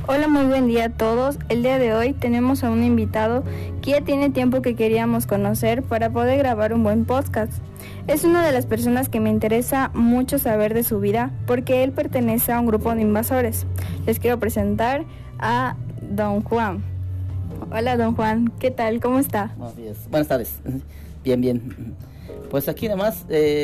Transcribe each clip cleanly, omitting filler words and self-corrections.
Hola, muy buen día a todos. El día de hoy tenemos a un invitado que ya tiene tiempo que queríamos conocer para poder grabar un buen podcast. Es una de las personas que me interesa mucho saber de su vida porque él pertenece a un grupo de invasores. Les quiero presentar a Don Juan. Hola, Don Juan, ¿qué tal? ¿Cómo está? Buenos días. Buenas tardes. Bien, bien. Pues aquí nomás.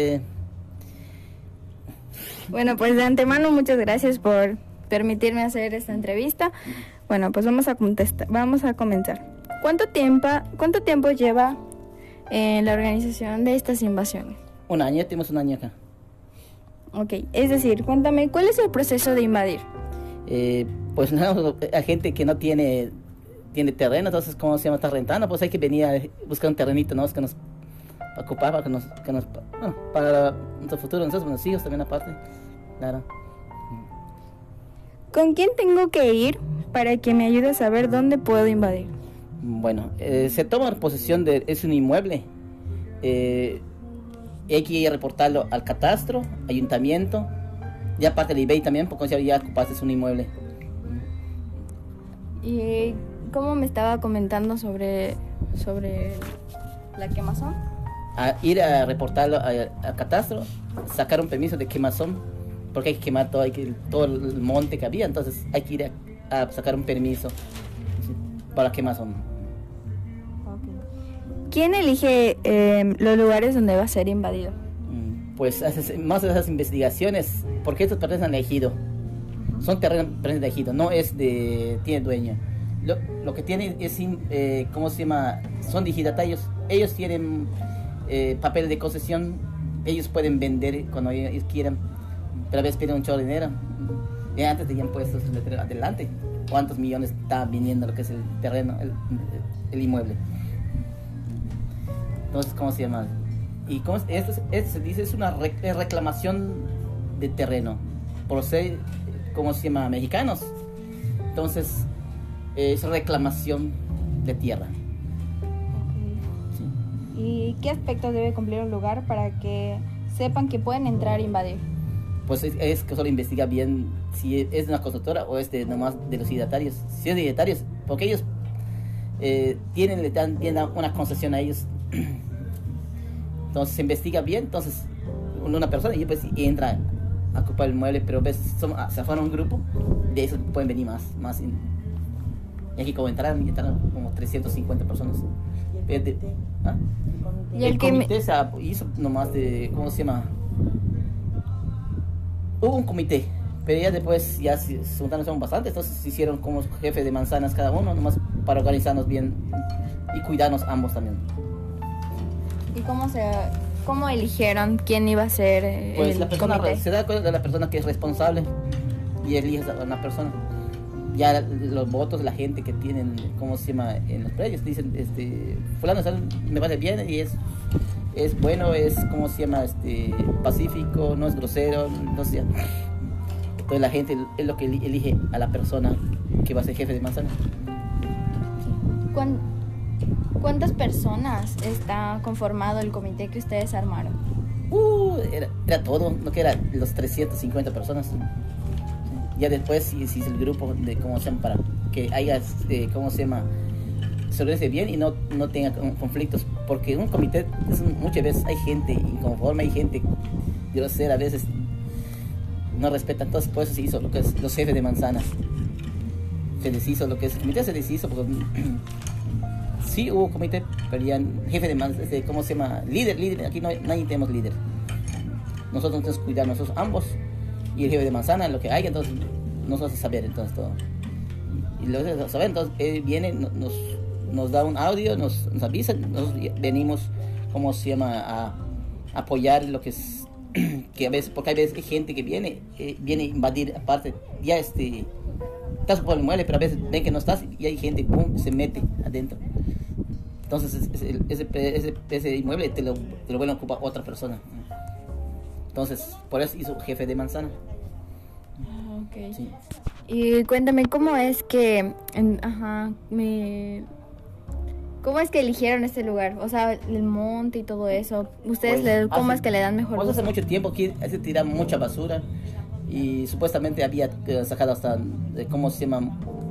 Bueno, pues de antemano muchas gracias por permitirme hacer esta entrevista. Bueno, pues vamos a comenzar. ¿Cuánto tiempo lleva en la organización de estas invasiones? Un año, tenemos un año acá. Ok, es decir, cuéntame, ¿cuál es el proceso de invadir? Pues no, hay gente que no tiene terreno, entonces, ¿cómo se llama? Está rentando, pues hay que venir a buscar un terrenito, ¿no? Que nos ocupar para nuestro futuro, nosotros, nuestros hijos también aparte, claro. ¿Con quién tengo que ir para que me ayude a saber dónde puedo invadir? Bueno, se toma posesión es un inmueble, hay que ir a reportarlo al catastro, ayuntamiento, ya aparte del eBay también, porque ya ocupaste un inmueble. ¿Y cómo me estaba comentando sobre la quemazón? A ir a reportarlo al catastro, sacar un permiso de quemazón, porque hay que quemar todo el monte que había, entonces hay que ir a sacar un permiso para quemazón. Okay. ¿Quién elige los lugares donde va a ser invadido? Pues más de esas investigaciones, porque estos pertenecen al ejido, son terrenos pertenecen al ejido, no es tiene dueño. Lo que tienen es, ¿cómo se llama? Son digidatarios, ellos tienen papel de concesión, ellos pueden vender cuando ellos quieran, pero a veces piden un chorro de dinero. Y antes tenían puestos adelante cuántos millones está viniendo lo que es el terreno, el inmueble. Entonces, ¿cómo se llama? Y esto se dice, es una reclamación de terreno por ser, ¿cómo se llama? Mexicanos. Entonces, es reclamación de tierra. ¿Y qué aspectos debe cumplir un lugar para que sepan que pueden entrar e invadir? Pues es que solo investiga bien si es de una constructora o es nomás de los hidatarios. Si es de hidatarios, porque ellos le dan una concesión a ellos. Entonces se investiga bien, entonces una persona y pues entra a ocupar el mueble, pero ves, se forma un grupo, de eso pueden venir más. Y aquí como entraron como 350 personas. ¿Y el comité se hizo nomás de, ¿cómo se llama? Hubo un comité, pero ya después ya se juntaron bastantes, entonces se hicieron como jefes de manzanas cada uno, nomás para organizarnos bien y cuidarnos ambos también. ¿Y cómo eligieron quién iba a ser pues el la persona comité? Se da cuenta de la persona que es responsable y elige a una persona. Ya los votos de la gente que tienen, ¿cómo se llama? En los predios dicen, fulano me parece bien y es bueno, es, ¿cómo se llama? Pacífico, no es grosero, no sé. Entonces la gente es lo que elige a la persona que va a ser jefe de manzana. ¿Cuántas personas está conformado el comité que ustedes armaron? Era todo, no que eran los 350 personas. Ya después si es el grupo de, ¿cómo se llama? Para que haya, ¿cómo se llama? Se organice bien y no tenga conflictos, porque un comité muchas veces hay gente inconforme, hay gente grosera, a veces no respeta, entonces por eso se hizo lo que es los jefes de manzanas, se deshizo lo que es el comité, se deshizo porque sí hubo comité, pero ya jefe de manzanas, ¿cómo se llama? Líder, aquí nadie tenemos líder, nosotros tenemos que cuidar nosotros ambos y el jefe de manzana, lo que haya, entonces nosotros saber entonces todo. Y lo que saber, entonces él viene, nos da un audio, nos avisa, nosotros venimos, ¿cómo se llama? A apoyar lo que es, que a veces, porque hay veces hay gente que viene a invadir, aparte, ya estás por el mueble, pero a veces ven que no estás y hay gente, boom, se mete adentro. Entonces ese inmueble te lo vuelve a ocupar otra persona. Entonces, por eso hizo jefe de manzana. Ok. Sí. Y cuéntame, ¿cómo es que ¿cómo es que eligieron este lugar? O sea, el monte y todo eso. ¿Ustedes Pues, cómo es que le dan mejor Pues hace uso? mucho tiempo aquí se tira mucha basura y supuestamente había sacado hasta, ¿cómo se llama?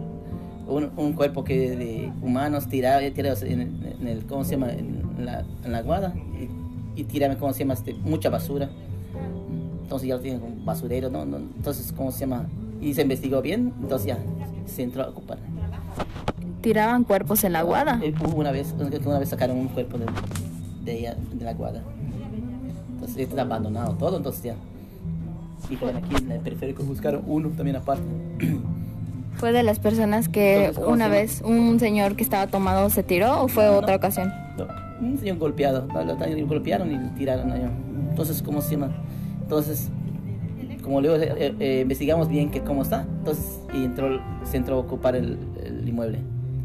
un cuerpo que de humanos tirados en el, ¿cómo se llama? En la guada, y tiraban, ¿cómo se llama? Mucha basura. Entonces ya lo tienen como basurero, ¿no? Entonces, ¿cómo se llama? Y se investigó bien, entonces ya se entró a ocupar. ¿Tiraban cuerpos en la guada? Hubo una vez sacaron un cuerpo de ella, de la guada. Entonces está abandonado todo, entonces ya. Y también aquí en el periférico buscaron uno también aparte. ¿Fue de las personas que Entonces, una vez un señor que estaba tomado se tiró o fue otra ocasión? No, un señor golpeado, ¿no? Lo golpearon y lo tiraron allá. Entonces, ¿cómo se llama? Entonces, como luego investigamos bien que cómo está, entonces y se entró a ocupar el inmueble.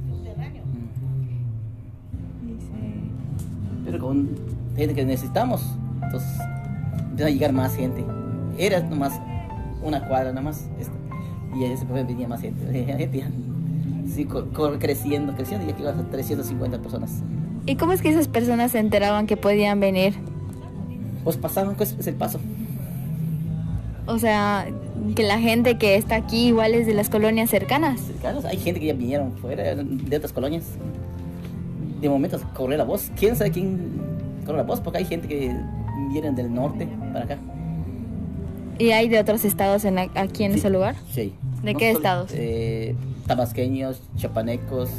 Pero con gente que necesitamos, entonces empieza a llegar más gente. Era nomás una cuadra, nada más. Y ese venía más gente. La gente ya, sí, creciendo, y aquí vas a 350 personas. ¿Y cómo es que esas personas se enteraban que podían venir? Pues pasaban, pues es el paso. O sea, que la gente que está aquí igual es de las colonias cercanas. Cercanos, hay gente que ya vinieron fuera de otras colonias. De momento corre la voz. ¿Quién sabe quién corre la voz? Porque hay gente que vienen del norte para acá. ¿Y hay de otros estados aquí en ese lugar? Sí. ¿De qué estados? Tabasqueños, chapanecos.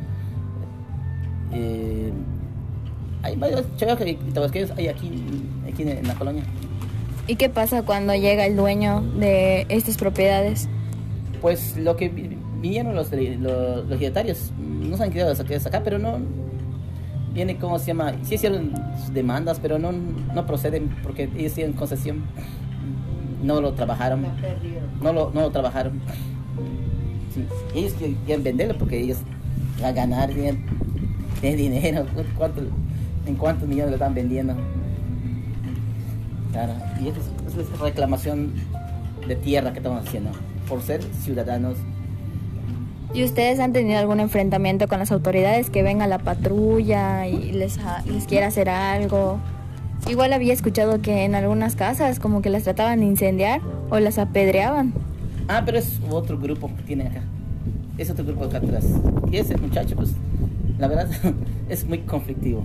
Hay varios chavos y tabasqueños hay aquí en la colonia. ¿Y qué pasa cuando llega el dueño de estas propiedades? Pues lo que vinieron los legislatarios, no saben qué es acá, pero no viene, ¿cómo se llama? Sí hicieron demandas, pero no proceden porque ellos tienen concesión. No lo trabajaron. No lo trabajaron. Sí. Ellos quieren venderlo porque ellos van a ganar bien dinero. ¿En cuántos millones lo están vendiendo? Claro. Y esa es reclamación de tierra que estamos haciendo por ser ciudadanos. ¿Y ustedes han tenido algún enfrentamiento con las autoridades, que venga la patrulla y les quiera hacer algo? Igual había escuchado que en algunas casas como que las trataban de incendiar o las apedreaban. Ah, pero es otro grupo que tienen acá. Es otro grupo acá atrás. Y ese muchacho, pues, la verdad, es muy conflictivo.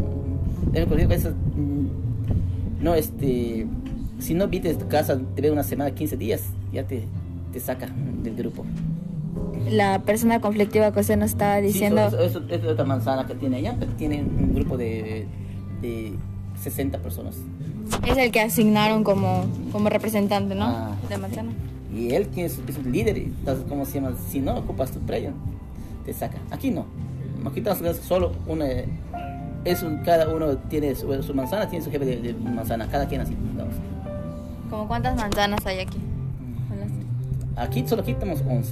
No, si no vives tu casa, te ve una semana, 15 días, ya te saca del grupo. La persona conflictiva que usted nos estaba diciendo... Sí, es otra manzana que tiene allá, pero tiene un grupo de 60 personas. Es el que asignaron como representante, ¿no? Ah, de manzana. Y él que es un líder, entonces, ¿cómo se llama? Si no ocupas tu predio, te saca. Aquí no. Aquí estamos solo una... cada uno tiene su manzana, tiene su jefe de manzana, cada quien así. ¿Cómo cuántas manzanas hay aquí? Solo aquí estamos 11.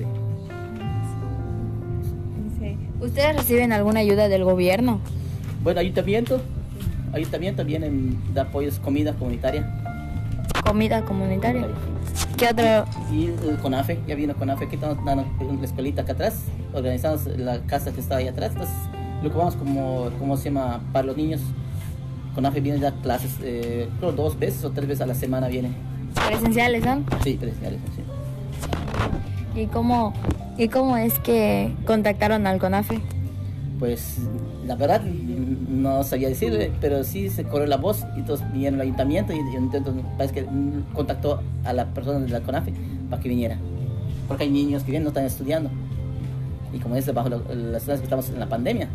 Sí. ¿Ustedes reciben alguna ayuda del gobierno? Bueno, ayuntamiento vienen de apoyos, comida comunitaria. ¿Comida comunitaria? ¿Qué otro? Y el CONAFE, ya vino CONAFE, aquí estamos dando la escuelita acá atrás, organizamos la casa que está ahí atrás, entonces lo que vamos ¿cómo se llama? Para los niños. CONAFE viene a dar clases, creo 2 veces o 3 veces a la semana viene. ¿Presenciales son? Sí, presenciales, sí. ¿Y cómo es que contactaron al CONAFE? Pues la verdad no sabía decirle, pero sí se corrió la voz y entonces vinieron al ayuntamiento y entonces parece que contactó a la persona de la CONAFE para que viniera. Porque hay niños que vienen, no están estudiando. Y como es bajo las circunstancias que estamos en la pandemia,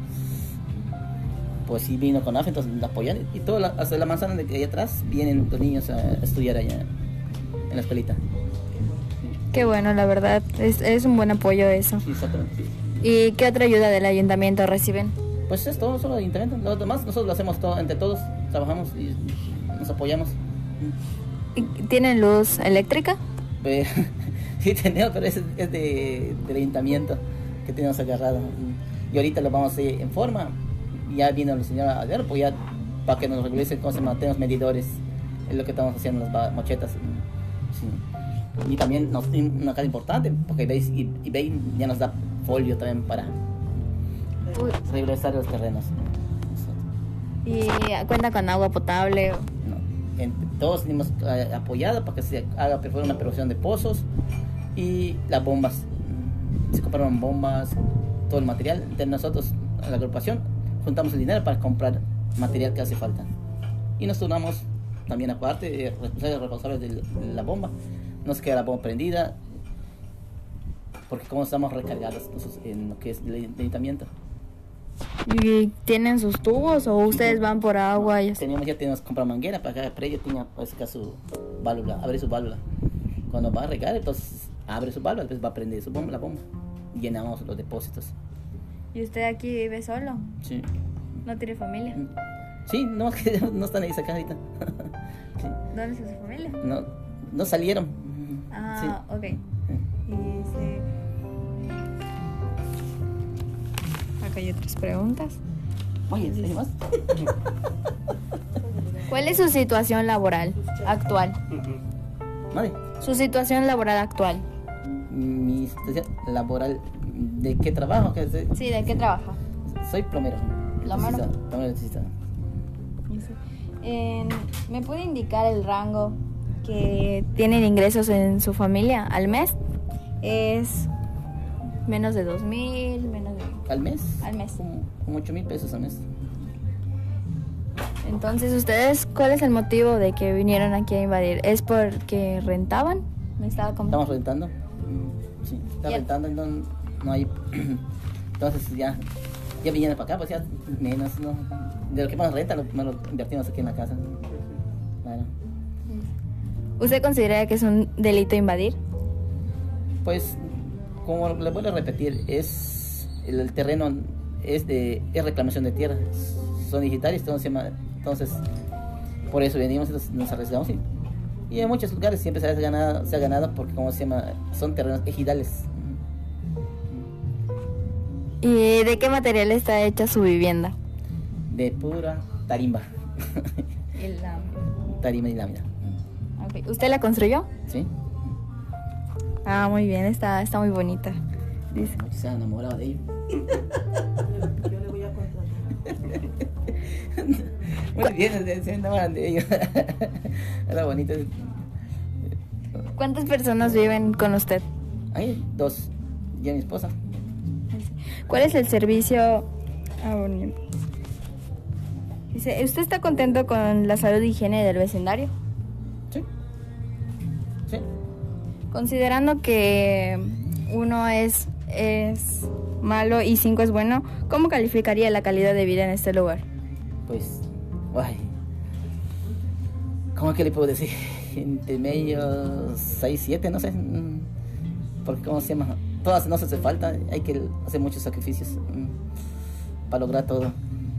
pues sí vino CONAFE, entonces la apoyan. Y hasta la manzana de ahí atrás vienen los niños a estudiar allá en la escuelita. Qué bueno, la verdad, es un buen apoyo eso. Sí, exactamente, sí. ¿Y qué otra ayuda del ayuntamiento reciben? Pues es todo, solo el ayuntamiento. Lo demás nosotros lo hacemos todo, entre todos, trabajamos y nos apoyamos. ¿Tienen luz eléctrica? Pues, sí tenemos, pero es del ayuntamiento que tenemos agarrado. Y ahorita lo vamos a hacer en forma. Ya vino el señor a ver, pues ya para que nos regulicen cómo se mantengan los medidores. Es lo que estamos haciendo, las mochetas. Sí. Y también una cosa importante, porque veis, y veis, ya nos da folio también para regresar los terrenos. ¿Y cuenta con agua potable? No. Todos hemos apoyado para que se haga una perforación de pozos y las bombas. se compraron bombas, todo el material. De nosotros, a la agrupación, juntamos el dinero para comprar material que hace falta. Y nos turnamos también aparte, responsables de la bomba. No se queda la bomba prendida, porque como estamos recargados en lo que es el ayuntamiento. ¿Y tienen sus tubos o ustedes van por agua? Ya tenemos que comprar manguera para que ella tenga pues, su válvula, abre su válvula. Cuando va a regar, entonces abre su válvula, después va a prender su bomba, la bomba. Y llenamos los depósitos. ¿Y usted aquí vive solo? Sí. ¿No tiene familia? Sí, no, no están ahí acá ahorita. Sí. ¿Dónde está su familia? No salieron. Ah, sí. Ok. Y dice... Acá hay otras preguntas. Oye, ¿hay más? ¿Cuál es su situación laboral actual? Vale. Su situación laboral actual. Mi situación laboral, ¿de qué trabajo? Sí, ¿de qué trabaja? Soy plomero. ¿Plomero? Plomero electricista. ¿Me puede indicar el rango que tienen ingresos en su familia al mes? ¿Es menos de 2,000? Menos de... ¿Al mes? Al mes. Como 8,000 pesos al mes. Entonces, ¿ustedes cuál es el motivo de que vinieron aquí a invadir? ¿Es porque rentaban? Estamos rentando. Sí, está rentando, no hay. Entonces ya vinieron para acá, pues ya menos, ¿no? De lo que más renta, lo invertimos aquí en la casa. Claro. ¿Usted considera que es un delito invadir? Pues, como le vuelvo a repetir, es el terreno es reclamación de tierra, son digitales, entonces por eso venimos, nos arriesgamos y en muchos lugares siempre se ha ganado porque son terrenos ejidales. ¿Y de qué material está hecha su vivienda? De pura tarimba. Tarima y lámina. Okay. ¿Usted la construyó? Sí. Ah, muy bien, está muy bonita. Dice. Se ha enamorado de ello. Yo le voy a contratar. Muy bien, se enamoran de ello. Era bonito. ¿Cuántas personas viven con usted? Hay 2, y a mi esposa. ¿Cuál es el servicio? Dice, ¿usted está contento con la salud y higiene del vecindario? Sí. Sí. Considerando que 1 es malo y 5 es bueno, ¿cómo calificaría la calidad de vida en este lugar? Pues, ¿cómo que le puedo decir? Entre medio 6, 7, no sé. Porque, todas nos hace falta, hay que hacer muchos sacrificios para lograr todo.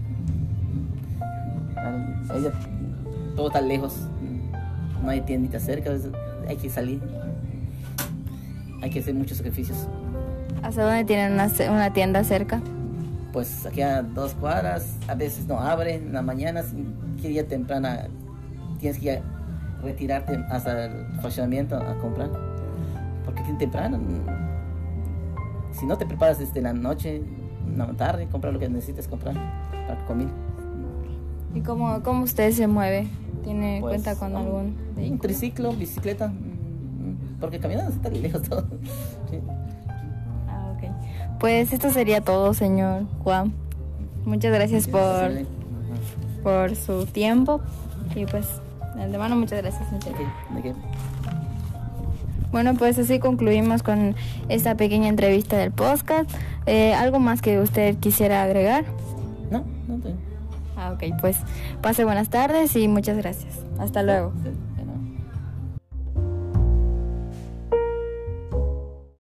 Todo está lejos, no hay tiendita cerca, hay que salir, hay que hacer muchos sacrificios. ¿Hasta dónde tienen una tienda cerca? Pues aquí a 2 cuadras, a veces no abre, en la mañana, que día temprana tienes que retirarte hasta el fraccionamiento a comprar, porque aquí temprano, si no te preparas desde la noche, en la tarde, comprar lo que necesites comprar para comer. ¿Y cómo usted se mueve? ¿Tiene Pues, cuenta con algún vehículo? Un triciclo, bicicleta, porque caminando está lejos todo. Sí. Ah, ok. Pues esto sería todo, señor Juan. Muchas gracias por su tiempo. Y pues, de antemano, muchas gracias. ¿De qué? Bueno, pues así concluimos con esta pequeña entrevista del podcast. ¿Algo más que usted quisiera agregar? No, no tengo. Ah, ok, pues pase buenas tardes y muchas gracias. Hasta luego. Sí.